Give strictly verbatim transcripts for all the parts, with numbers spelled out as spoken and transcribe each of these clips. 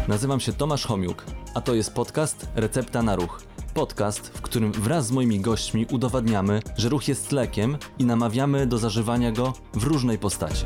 Nazywam się Tomasz Homiuk, a to jest podcast Recepta na Ruch. Podcast, w którym wraz z moimi gośćmi udowadniamy, że ruch jest lekiem i namawiamy do zażywania go w różnej postaci.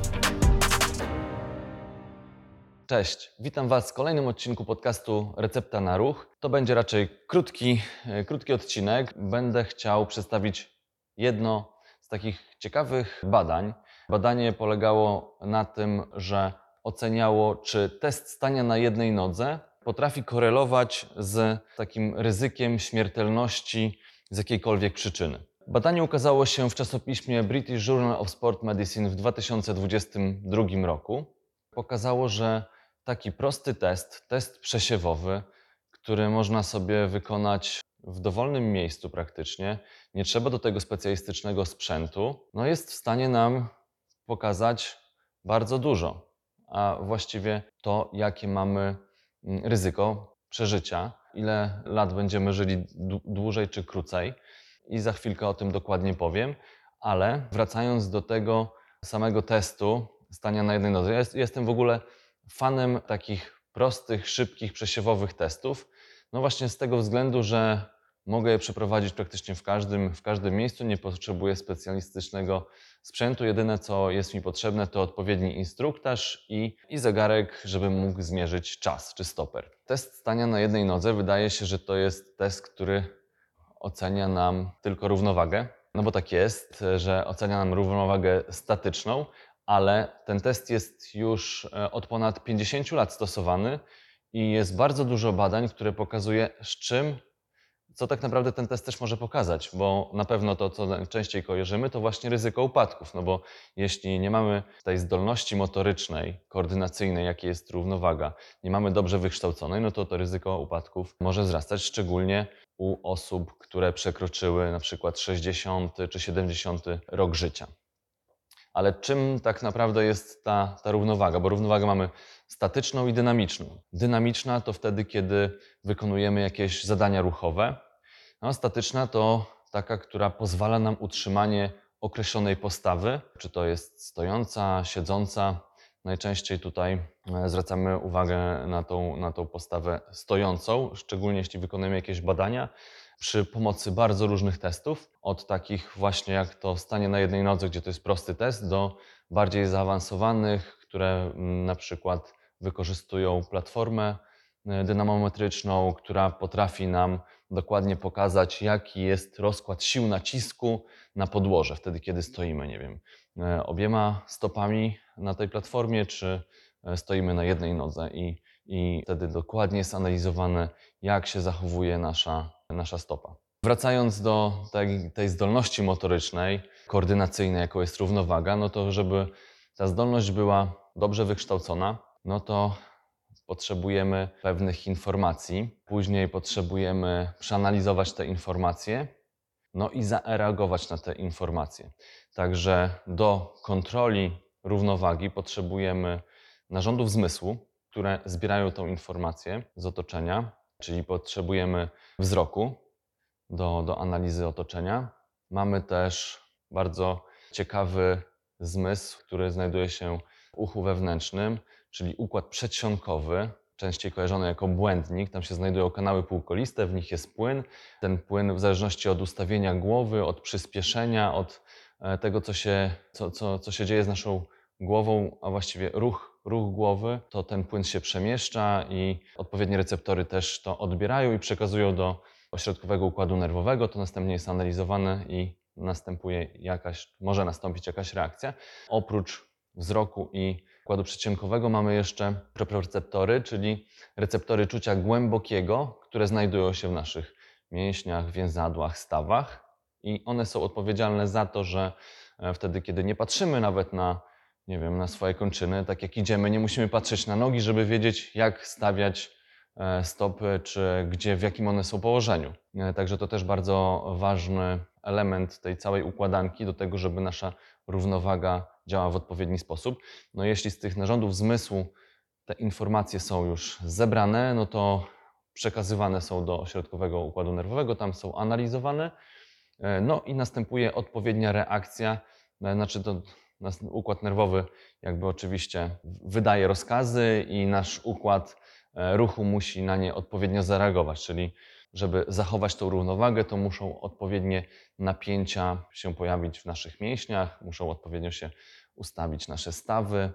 Cześć, witam Was w kolejnym odcinku podcastu Recepta na Ruch. To będzie raczej krótki, krótki odcinek. Będę chciał przedstawić jedno z takich ciekawych badań. Badanie polegało na tym, że oceniało, czy test stania na jednej nodze potrafi korelować z takim ryzykiem śmiertelności z jakiejkolwiek przyczyny. Badanie ukazało się w czasopiśmie British Journal of Sport Medicine w dwa tysiące dwudziestym drugim roku. Pokazało, że taki prosty test, test przesiewowy, który można sobie wykonać w dowolnym miejscu praktycznie, nie trzeba do tego specjalistycznego sprzętu, no jest w stanie nam pokazać bardzo dużo, a właściwie to, jakie mamy ryzyko przeżycia, ile lat będziemy żyli dłużej czy krócej i za chwilkę o tym dokładnie powiem, ale wracając do tego samego testu stania na jednej nodze, ja jestem w ogóle fanem takich prostych, szybkich, przesiewowych testów, no właśnie z tego względu, że mogę je przeprowadzić praktycznie w każdym, w każdym miejscu, nie potrzebuję specjalistycznego sprzętu. Jedyne, co jest mi potrzebne, to odpowiedni instruktaż i, i zegarek, żebym mógł zmierzyć czas, czy stoper. Test stania na jednej nodze wydaje się, że to jest test, który ocenia nam tylko równowagę, no bo tak jest, że ocenia nam równowagę statyczną, ale ten test jest już od ponad pięćdziesięciu lat stosowany i jest bardzo dużo badań, które pokazuje, z czym co tak naprawdę ten test też może pokazać, bo na pewno to, co najczęściej kojarzymy, to właśnie ryzyko upadków, no bo jeśli nie mamy tej zdolności motorycznej, koordynacyjnej, jakiej jest równowaga, nie mamy dobrze wykształconej, no to to ryzyko upadków może wzrastać, szczególnie u osób, które przekroczyły na przykład sześćdziesiąty czy siedemdziesiąty rok życia. Ale czym tak naprawdę jest ta, ta równowaga? Bo równowagę mamy statyczną i dynamiczną. Dynamiczna to wtedy, kiedy wykonujemy jakieś zadania ruchowe. No, statyczna to taka, która pozwala nam utrzymanie określonej postawy. Czy to jest stojąca, siedząca. Najczęściej tutaj zwracamy uwagę na tą, na tą postawę stojącą, szczególnie jeśli wykonujemy jakieś badania przy pomocy bardzo różnych testów, od takich właśnie jak to stanie na jednej nodze, gdzie to jest prosty test, do bardziej zaawansowanych, które na przykład wykorzystują platformę dynamometryczną, która potrafi nam dokładnie pokazać, jaki jest rozkład sił nacisku na podłoże, wtedy kiedy stoimy, nie wiem, obiema stopami na tej platformie, czy stoimy na jednej nodze i, i wtedy dokładnie jest analizowane, jak się zachowuje nasza, nasza stopa. Wracając do tej, tej zdolności motorycznej, koordynacyjnej, jaką jest równowaga, no to żeby ta zdolność była dobrze wykształcona, no to potrzebujemy pewnych informacji, później potrzebujemy przeanalizować te informacje, no i zareagować na te informacje. Także do kontroli równowagi potrzebujemy narządów zmysłu, które zbierają tą informację z otoczenia, czyli potrzebujemy wzroku do, do analizy otoczenia. Mamy też bardzo ciekawy zmysł, który znajduje się w uchu wewnętrznym, czyli układ przedsionkowy, częściej kojarzony jako błędnik. Tam się znajdują kanały półkoliste, w nich jest płyn. Ten płyn w zależności od ustawienia głowy, od przyspieszenia, od tego, co się, co, co, co się dzieje z naszą głową, a właściwie ruch, ruch głowy, to ten płyn się przemieszcza i odpowiednie receptory też to odbierają i przekazują do ośrodkowego układu nerwowego. To następnie jest analizowane i następuje jakaś, może nastąpić jakaś reakcja. Oprócz wzroku i układu przedsionkowego mamy jeszcze proprioceptory, czyli receptory czucia głębokiego, które znajdują się w naszych mięśniach, więzadłach, stawach i one są odpowiedzialne za to, że wtedy, kiedy nie patrzymy nawet na, nie wiem, na swoje kończyny, tak jak idziemy, nie musimy patrzeć na nogi, żeby wiedzieć, jak stawiać stopy, czy gdzie, w jakim one są położeniu. Także to też bardzo ważny element tej całej układanki do tego, żeby nasza równowaga działa w odpowiedni sposób. No jeśli z tych narządów zmysłu te informacje są już zebrane, no to przekazywane są do ośrodkowego układu nerwowego, tam są analizowane, no i następuje odpowiednia reakcja, znaczy to układ nerwowy jakby oczywiście wydaje rozkazy i nasz układ e, ruchu musi na nie odpowiednio zareagować, czyli żeby zachować tą równowagę, to muszą odpowiednie napięcia się pojawić w naszych mięśniach, muszą odpowiednio się ustawić nasze stawy,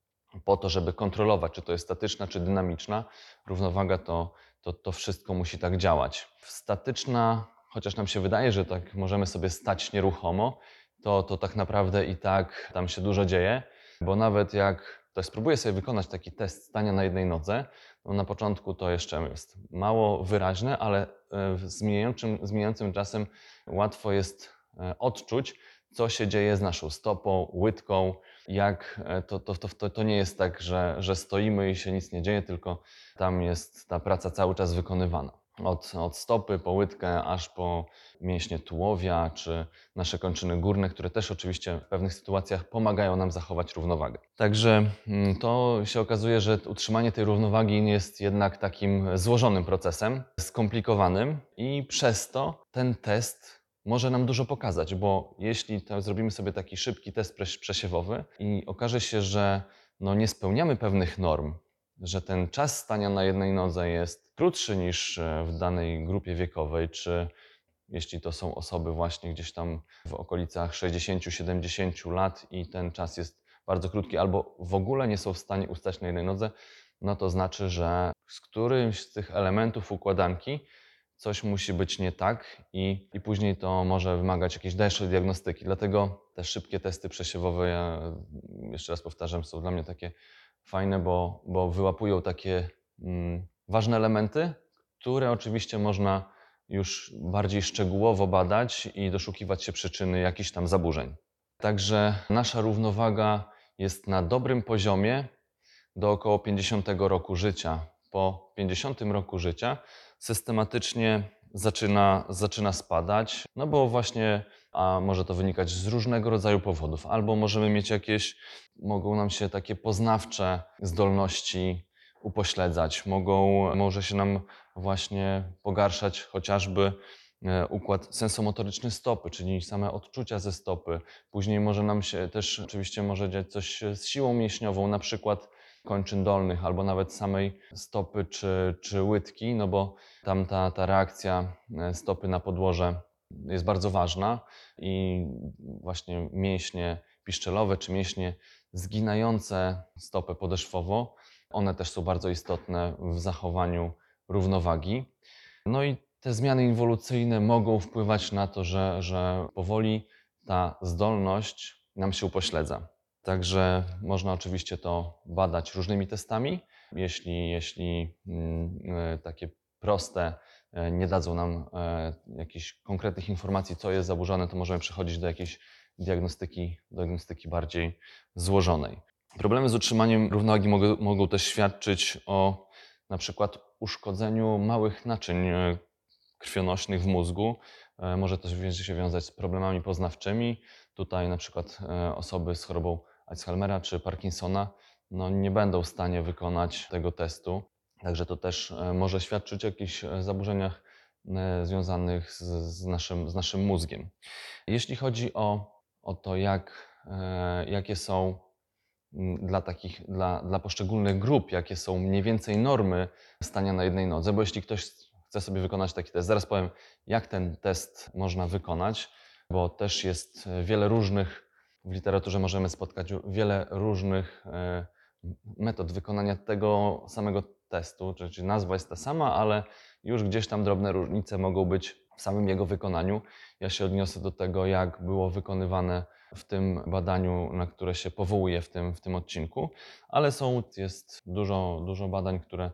po to, żeby kontrolować, czy to jest statyczna, czy dynamiczna równowaga, to, to, to wszystko musi tak działać. Statyczna, chociaż nam się wydaje, że tak możemy sobie stać nieruchomo, to, to tak naprawdę i tak tam się dużo dzieje, bo nawet jak ktoś spróbuje sobie wykonać taki test stania na jednej nodze, to na początku to jeszcze jest mało wyraźne, ale e, z zmieniającym, zmieniającym czasem łatwo jest e, odczuć, co się dzieje z naszą stopą, łydką, jak e, to, to, to, to nie jest tak, że, że stoimy i się nic nie dzieje, tylko tam jest ta praca cały czas wykonywana. Od, od stopy po łydkę, aż po mięśnie tułowia, czy nasze kończyny górne, które też oczywiście w pewnych sytuacjach pomagają nam zachować równowagę. Także mm, to się okazuje, że utrzymanie tej równowagi jest jednak takim złożonym procesem, skomplikowanym i przez to ten test może nam dużo pokazać, bo jeśli to zrobimy sobie taki szybki test przesiewowy i okaże się, że no nie spełniamy pewnych norm, że ten czas stania na jednej nodze jest krótszy niż e, w danej grupie wiekowej, czy jeśli to są osoby właśnie gdzieś tam w okolicach sześćdziesiąt do siedemdziesięciu lat i ten czas jest bardzo krótki, albo w ogóle nie są w stanie ustać na jednej nodze, no to znaczy, że z którymś z tych elementów układanki coś musi być nie tak i, i później to może wymagać jakiejś dalszej diagnostyki. Dlatego te szybkie testy przesiewowe, ja jeszcze raz powtarzam, są dla mnie takie fajne, bo, bo wyłapują takie mm, ważne elementy, które oczywiście można już bardziej szczegółowo badać i doszukiwać się przyczyny jakichś tam zaburzeń. Także nasza równowaga jest na dobrym poziomie do około pięćdziesiątego roku życia. Po pięćdziesiątym roku życia systematycznie zaczyna, zaczyna spadać, no bo właśnie, a może to wynikać z różnego rodzaju powodów, albo możemy mieć jakieś, mogą nam się takie poznawcze zdolności upośledzać, mogą, może się nam właśnie pogarszać chociażby e, układ sensomotoryczny stopy, czyli same odczucia ze stopy. Później może nam się też oczywiście może dziać coś z siłą mięśniową, na przykład kończyn dolnych albo nawet samej stopy czy, czy łydki, no bo tam ta, ta reakcja e, stopy na podłoże jest bardzo ważna i właśnie mięśnie piszczelowe czy mięśnie zginające stopę podeszwowo, one też są bardzo istotne w zachowaniu równowagi. No i te zmiany inwolucyjne mogą wpływać na to, że, że powoli ta zdolność nam się upośledza. Także można oczywiście to badać różnymi testami. Jeśli, jeśli mm, e, takie proste e, nie dadzą nam e, jakichś konkretnych informacji, co jest zaburzone, to możemy przechodzić do jakiejś diagnostyki, diagnostyki bardziej złożonej. Problemy z utrzymaniem równowagi mogą, mogą też świadczyć o na przykład uszkodzeniu małych naczyń e, krwionośnych w mózgu. E, Może też się wiązać z problemami poznawczymi. Tutaj na przykład e, osoby z chorobą Alzheimera czy Parkinsona no, nie będą w stanie wykonać tego testu. Także to też e, może świadczyć o jakichś e, zaburzeniach e, związanych z, z, naszym, z naszym mózgiem. Jeśli chodzi o, o to, jak, e, jakie są mm, dla, takich, dla, dla poszczególnych grup, jakie są mniej więcej normy stania na jednej nodze, bo jeśli ktoś chce sobie wykonać taki test, zaraz powiem, jak ten test można wykonać, bo też jest wiele różnych, w literaturze możemy spotkać wiele różnych e, metod wykonania tego samego testu, czyli nazwa jest ta sama, ale już gdzieś tam drobne różnice mogą być w samym jego wykonaniu. Ja się odniosę do tego, jak było wykonywane w tym badaniu, na które się powołuję w tym, w tym odcinku, ale są, jest dużo, dużo badań, które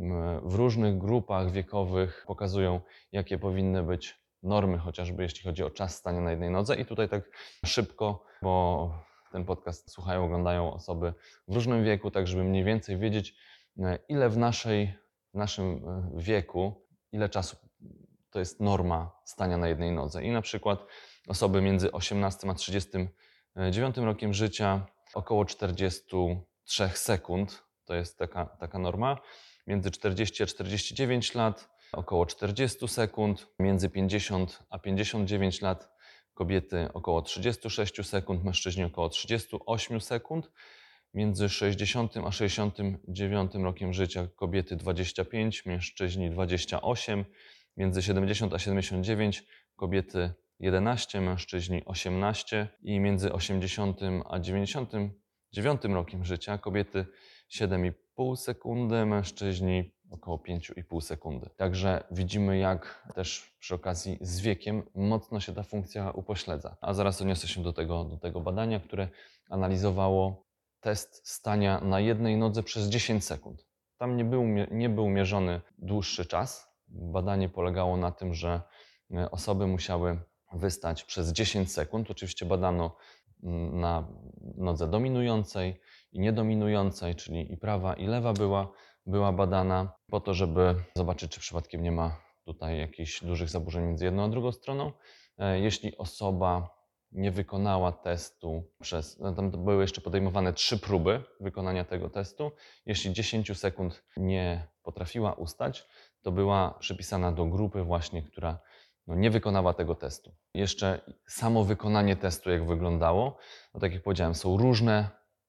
w różnych grupach wiekowych pokazują, jakie powinny być normy, chociażby jeśli chodzi o czas stania na jednej nodze. I tutaj tak szybko, bo ten podcast słuchają, oglądają osoby w różnym wieku, tak żeby mniej więcej wiedzieć, ile w, naszej, w naszym wieku, ile czasu to jest norma stania na jednej nodze. I na przykład osoby między osiemnastym a trzydziestym dziewiątym rokiem życia około czterdzieści trzy sekund, to jest taka, taka norma. Między czterdzieści a czterdzieści dziewięć lat około czterdzieści sekund, między pięćdziesiąt a pięćdziesiąt dziewięć lat kobiety około trzydzieści sześć sekund, mężczyźni około trzydzieści osiem sekund. Między sześćdziesiątym a sześćdziesiątym dziewiątym rokiem życia kobiety dwadzieścia pięć, mężczyźni dwadzieścia osiem. Między siedemdziesiątym a siedemdziesiątym dziewiątym kobiety jedenaście, mężczyźni osiemnaście. I między osiemdziesiątym a dziewięćdziesiątym dziewiątym rokiem życia kobiety siedem i pół sekundy, mężczyźni około pięć i pół sekundy. Także widzimy, jak też przy okazji z wiekiem mocno się ta funkcja upośledza. A zaraz odniosę się do tego, do tego badania, które analizowało test stania na jednej nodze przez dziesięć sekund. Tam nie był, nie był mierzony dłuższy czas. Badanie polegało na tym, że osoby musiały wystać przez dziesięć sekund. Oczywiście badano na nodze dominującej i niedominującej, czyli i prawa, i lewa była, była badana po to, żeby zobaczyć, czy przypadkiem nie ma tutaj jakichś dużych zaburzeń między jedną a drugą stroną. Jeśli osoba nie wykonała testu przez, no tam były jeszcze podejmowane trzy próby wykonania tego testu. Jeśli dziesięć sekund nie potrafiła ustać, to była przypisana do grupy właśnie, która no, nie wykonała tego testu. Jeszcze samo wykonanie testu, jak wyglądało, no tak jak powiedziałem, są różne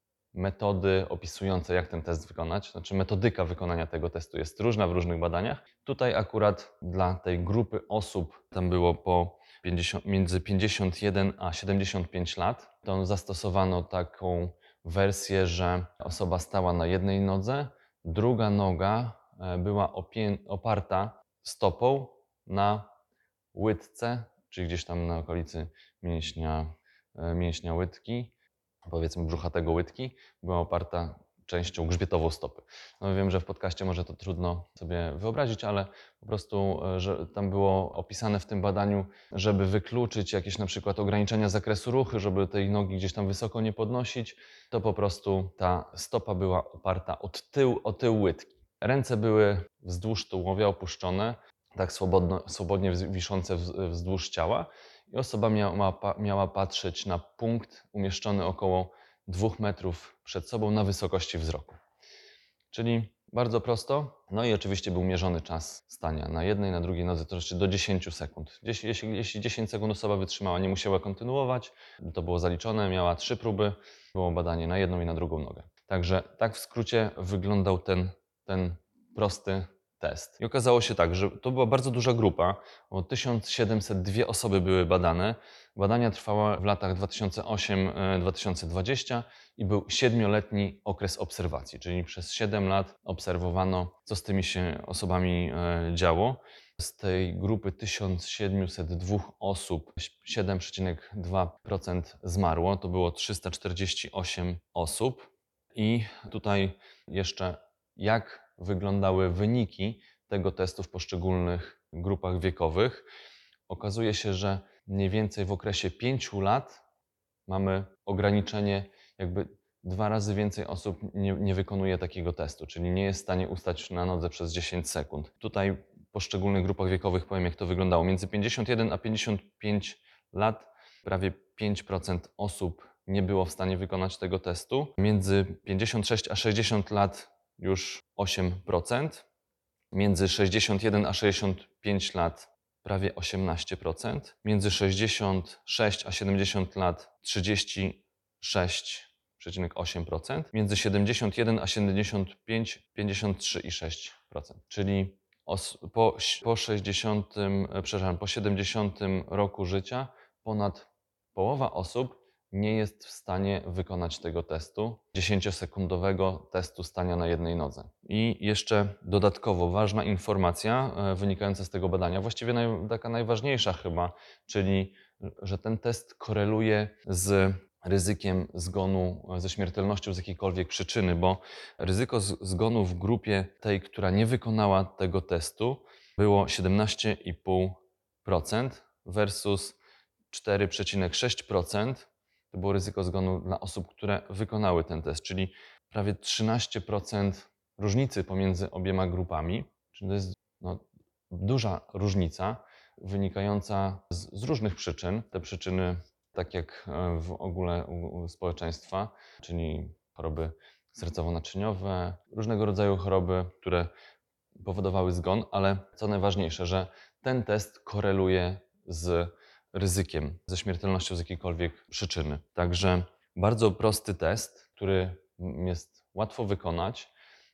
metody opisujące, jak ten test wykonać. Znaczy metodyka wykonania tego testu jest różna w różnych badaniach. Tutaj akurat dla tej grupy osób, tam było po pięćdziesiąt, między pięćdziesiąt jeden a siedemdziesiąt pięć lat, to zastosowano taką wersję, że osoba stała na jednej nodze, druga noga była opię- oparta stopą na łydce, czyli gdzieś tam na okolicy mięśnia, mięśnia łydki, powiedzmy brzuchatego łydki, była oparta częścią grzbietową stopy. No wiem, że w podcaście może to trudno sobie wyobrazić, ale po prostu, że tam było opisane w tym badaniu, żeby wykluczyć jakieś na przykład ograniczenia zakresu ruchu, żeby tej nogi gdzieś tam wysoko nie podnosić, to po prostu ta stopa była oparta od tyłu, o tył łydki. Ręce były wzdłuż tułowia opuszczone, tak swobodno, swobodnie wiszące wzdłuż ciała i osoba miała, miała patrzeć na punkt umieszczony około dwóch metrów przed sobą na wysokości wzroku. Czyli bardzo prosto. No i oczywiście był mierzony czas stania na jednej, na drugiej nodze, to jeszcze do dziesięć sekund. Jeśli, jeśli, jeśli dziesięć sekund osoba wytrzymała, nie musiała kontynuować, to było zaliczone, miała trzy próby, było badanie na jedną i na drugą nogę. Także tak w skrócie wyglądał ten, ten prosty test. I okazało się tak, że to była bardzo duża grupa, bo tysiąc siedemset dwie osoby były badane. Badania trwały w latach dwa tysiące ósmym do dwa tysiące dwudziestego i był siedmioletni okres obserwacji, czyli przez siedem lat obserwowano, co z tymi się osobami działo. Z tej grupy tysiąc siedemset dwie osób siedem przecinek dwa procent zmarło, to było trzysta czterdzieści osiem osób. I tutaj jeszcze jak wyglądały wyniki tego testu w poszczególnych grupach wiekowych. Okazuje się, że mniej więcej w okresie pięciu lat mamy ograniczenie, jakby dwa razy więcej osób nie, nie wykonuje takiego testu, czyli nie jest w stanie ustać na nodze przez dziesięć sekund. Tutaj w poszczególnych grupach wiekowych powiem, jak to wyglądało. Między pięćdziesiąt jeden a pięćdziesiąt pięć lat prawie pięć procent osób nie było w stanie wykonać tego testu. Między pięćdziesiąt sześć a sześćdziesiąt lat już osiem procent. Między sześćdziesiąt jeden a sześćdziesiąt pięć lat prawie osiemnaście procent. Między sześćdziesiąt sześć a siedemdziesiąt lat trzydzieści sześć przecinek osiem procent. Między siedemdziesiąt jeden a siedemdziesiąt pięć pięćdziesiąt trzy przecinek sześć procent. Czyli os- po, po sześćdziesiątym, przepraszam, po siedemdziesiątym roku życia ponad połowa osób nie jest w stanie wykonać tego testu, dziesięciosekundowego testu stania na jednej nodze. I jeszcze dodatkowo ważna informacja e, wynikająca z tego badania, właściwie naj, taka najważniejsza chyba, czyli że ten test koreluje z ryzykiem zgonu, ze śmiertelnością z jakiejkolwiek przyczyny, bo ryzyko z, zgonu w grupie tej, która nie wykonała tego testu, było siedemnaście przecinek pięć procent versus cztery przecinek sześć procent to było ryzyko zgonu dla osób, które wykonały ten test, czyli prawie trzynaście procent różnicy pomiędzy obiema grupami, czyli to jest no, duża różnica wynikająca z, z różnych przyczyn. Te przyczyny, tak jak w ogóle u, u społeczeństwa, czyli choroby sercowo-naczyniowe, różnego rodzaju choroby, które powodowały zgon, ale co najważniejsze, że ten test koreluje z ryzykiem, ze śmiertelnością z jakiejkolwiek przyczyny. Także bardzo prosty test, który m, jest łatwo wykonać,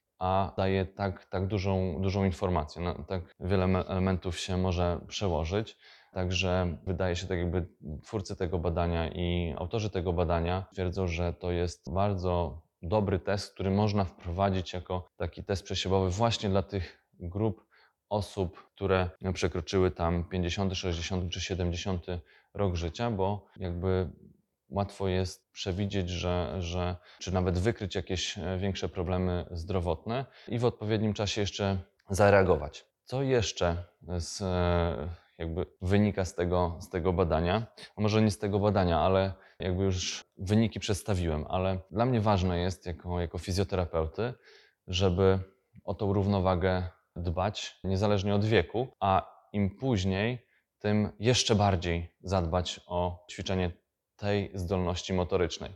a daje tak, tak dużą, dużą informację. No, tak wiele me- elementów się może przełożyć. Także wydaje się, tak jakby twórcy tego badania i autorzy tego badania twierdzą, że to jest bardzo dobry test, który można wprowadzić jako taki test przesiewowy właśnie dla tych grup osób, które przekroczyły tam pięćdziesiąty, sześćdziesiąty czy siedemdziesiąty rok życia, bo jakby łatwo jest przewidzieć, że, że, czy nawet wykryć jakieś e, większe problemy zdrowotne i w odpowiednim czasie jeszcze zareagować. Co jeszcze z, e, jakby wynika z tego, z tego badania? A może nie z tego badania, ale jakby już wyniki przedstawiłem, ale dla mnie ważne jest jako, jako fizjoterapeuty, żeby o tą równowagę dbać niezależnie od wieku, a im później, tym jeszcze bardziej zadbać o ćwiczenie tej zdolności motorycznej.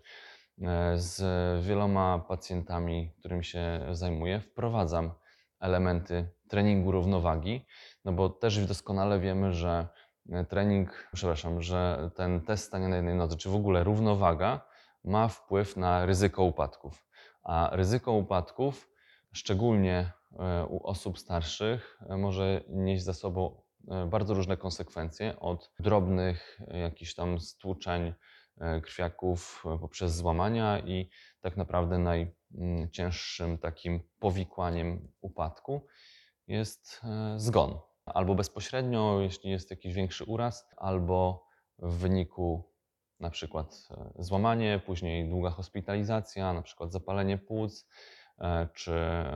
E, Z wieloma pacjentami, którym się zajmuję, wprowadzam elementy treningu równowagi, no bo też doskonale wiemy, że e, trening, przepraszam, że ten test stania na jednej nodze, czy w ogóle równowaga ma wpływ na ryzyko upadków. A ryzyko upadków, szczególnie e, u osób starszych, e, może nieść za sobą e, bardzo różne konsekwencje, od drobnych e, jakichś tam stłuczeń, e, krwiaków e, poprzez złamania i tak naprawdę najcięższym takim powikłaniem upadku jest e, zgon. Albo bezpośrednio, jeśli jest jakiś większy uraz, albo w wyniku na przykład e, złamanie, później długa hospitalizacja, na przykład zapalenie płuc, e, czy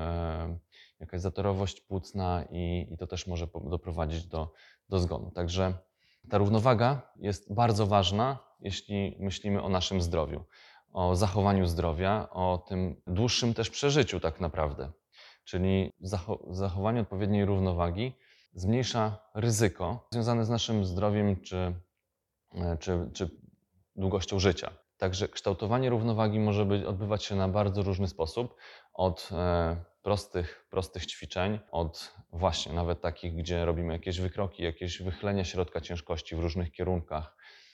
e, jakaś zatorowość płucna i, i to też może po- doprowadzić do, do zgonu. Także ta równowaga jest bardzo ważna, jeśli myślimy o naszym zdrowiu, o zachowaniu zdrowia, o tym dłuższym też przeżyciu tak naprawdę. Czyli zacho- zachowanie odpowiedniej równowagi zmniejsza ryzyko związane z naszym zdrowiem czy, e, czy, czy długością życia. Także kształtowanie równowagi może być, odbywać się na bardzo różny sposób. Od e, prostych, prostych ćwiczeń, od właśnie nawet takich, gdzie robimy jakieś wykroki, jakieś wychylenia środka ciężkości w różnych kierunkach,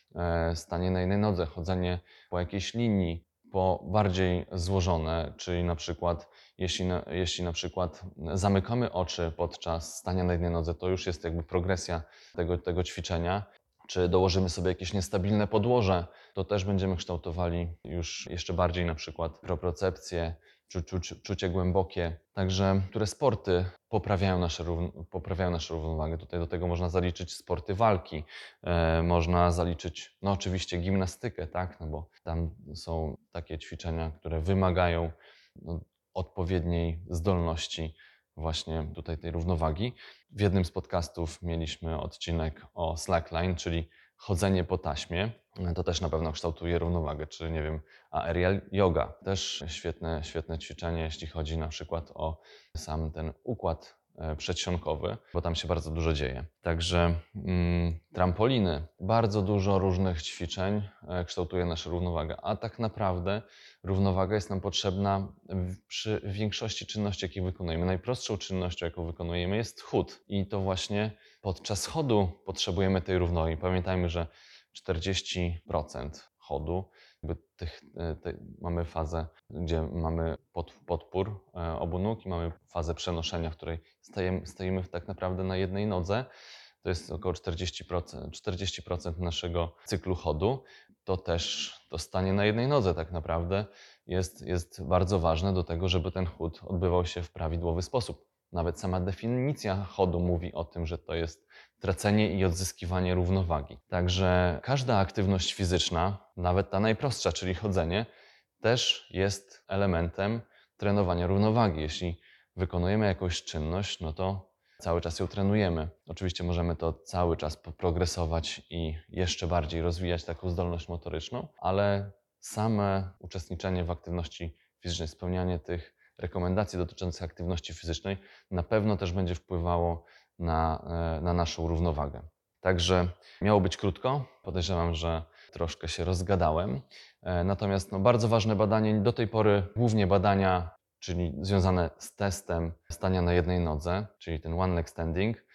e, stanie na jednej nodze, chodzenie po jakiejś linii, po bardziej złożone, czyli na przykład jeśli na, jeśli na przykład zamykamy oczy podczas stania na jednej nodze, to już jest jakby progresja tego, tego ćwiczenia. Czy dołożymy sobie jakieś niestabilne podłoże, to też będziemy kształtowali już jeszcze bardziej na przykład propriocepcję, czu, czu, czu, czucie głębokie. Także które sporty poprawiają, nasze równ- poprawiają naszą równowagę. Tutaj do tego można zaliczyć sporty walki, e, można zaliczyć no oczywiście gimnastykę, tak, no bo tam są takie ćwiczenia, które wymagają no, odpowiedniej zdolności właśnie tutaj tej równowagi. W jednym z podcastów mieliśmy odcinek o slackline, czyli chodzenie po taśmie. To też na pewno kształtuje równowagę, czy nie wiem, aerial yoga. Też świetne, świetne ćwiczenie, jeśli chodzi na przykład o sam ten układ e, przedsionkowy, bo tam się bardzo dużo dzieje. Także mm, trampoliny, bardzo dużo różnych ćwiczeń e, kształtuje naszą równowagę, a tak naprawdę równowaga jest nam potrzebna w- przy większości czynności, jakie wykonujemy. Najprostszą czynnością, jaką wykonujemy, jest chód. I to właśnie podczas chodu potrzebujemy tej równowagi. Pamiętajmy, że czterdzieści procent chodu, jakby tych, e, te, mamy fazę, gdzie mamy pod, podpór e, obu nóg i mamy fazę przenoszenia, w której stajemy, stoimy tak naprawdę na jednej nodze. To jest około czterdzieści procent, czterdzieści procent naszego cyklu chodu. To też to stanie na jednej nodze tak naprawdę jest, jest bardzo ważne do tego, żeby ten chód odbywał się w prawidłowy sposób. Nawet sama definicja chodu mówi o tym, że to jest tracenie i odzyskiwanie równowagi. Także każda aktywność fizyczna, nawet ta najprostsza, czyli chodzenie, też jest elementem trenowania równowagi. Jeśli wykonujemy jakąś czynność, no to cały czas ją trenujemy. Oczywiście możemy to cały czas progresować i jeszcze bardziej rozwijać taką zdolność motoryczną, ale same uczestniczenie w aktywności fizycznej, spełnianie tych rekomendacji dotyczących aktywności fizycznej na pewno też będzie wpływało na, e, na naszą równowagę. Także miało być krótko. Podejrzewam, że troszkę się rozgadałem. E, Natomiast no, bardzo ważne badanie, do tej pory głównie badania, czyli związane z testem stania na jednej nodze, czyli ten one leg standing,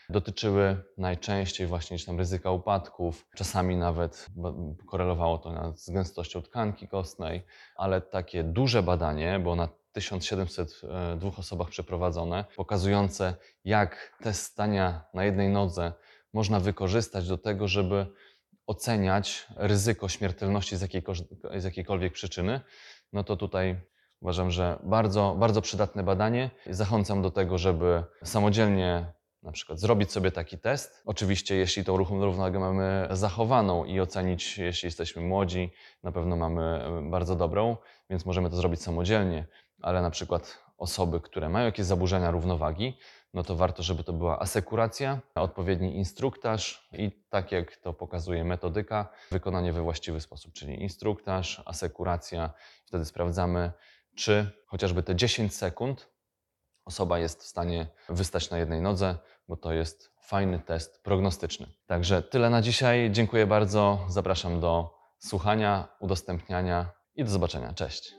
dotyczyły najczęściej właśnie gdzieś tam ryzyka upadków, czasami nawet korelowało to nawet z gęstością tkanki kostnej, ale takie duże badanie, bo na tysiąc siedemset dwóch osobach przeprowadzone, pokazujące, jak test stania na jednej nodze można wykorzystać do tego, żeby oceniać ryzyko śmiertelności z, jakiejko- z jakiejkolwiek przyczyny, no to tutaj uważam, że bardzo, bardzo przydatne badanie. Zachęcam do tego, żeby samodzielnie na przykład zrobić sobie taki test. Oczywiście, jeśli tą ruchową równowagę mamy zachowaną i ocenić, jeśli jesteśmy młodzi, na pewno mamy bardzo dobrą, więc możemy to zrobić samodzielnie, ale na przykład osoby, które mają jakieś zaburzenia równowagi, no to warto, żeby to była asekuracja, odpowiedni instruktaż i tak jak to pokazuje metodyka, wykonanie we właściwy sposób, czyli instruktaż, asekuracja. Wtedy sprawdzamy, czy chociażby te dziesięć sekund osoba jest w stanie wystać na jednej nodze, bo to jest fajny test prognostyczny. Także tyle na dzisiaj. Dziękuję bardzo. Zapraszam do słuchania, udostępniania i do zobaczenia. Cześć.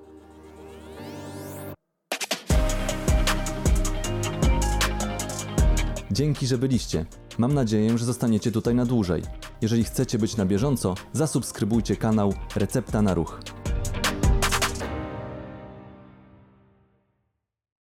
Dzięki, że byliście. Mam nadzieję, że zostaniecie tutaj na dłużej. Jeżeli chcecie być na bieżąco, zasubskrybujcie kanał Recepta na Ruch.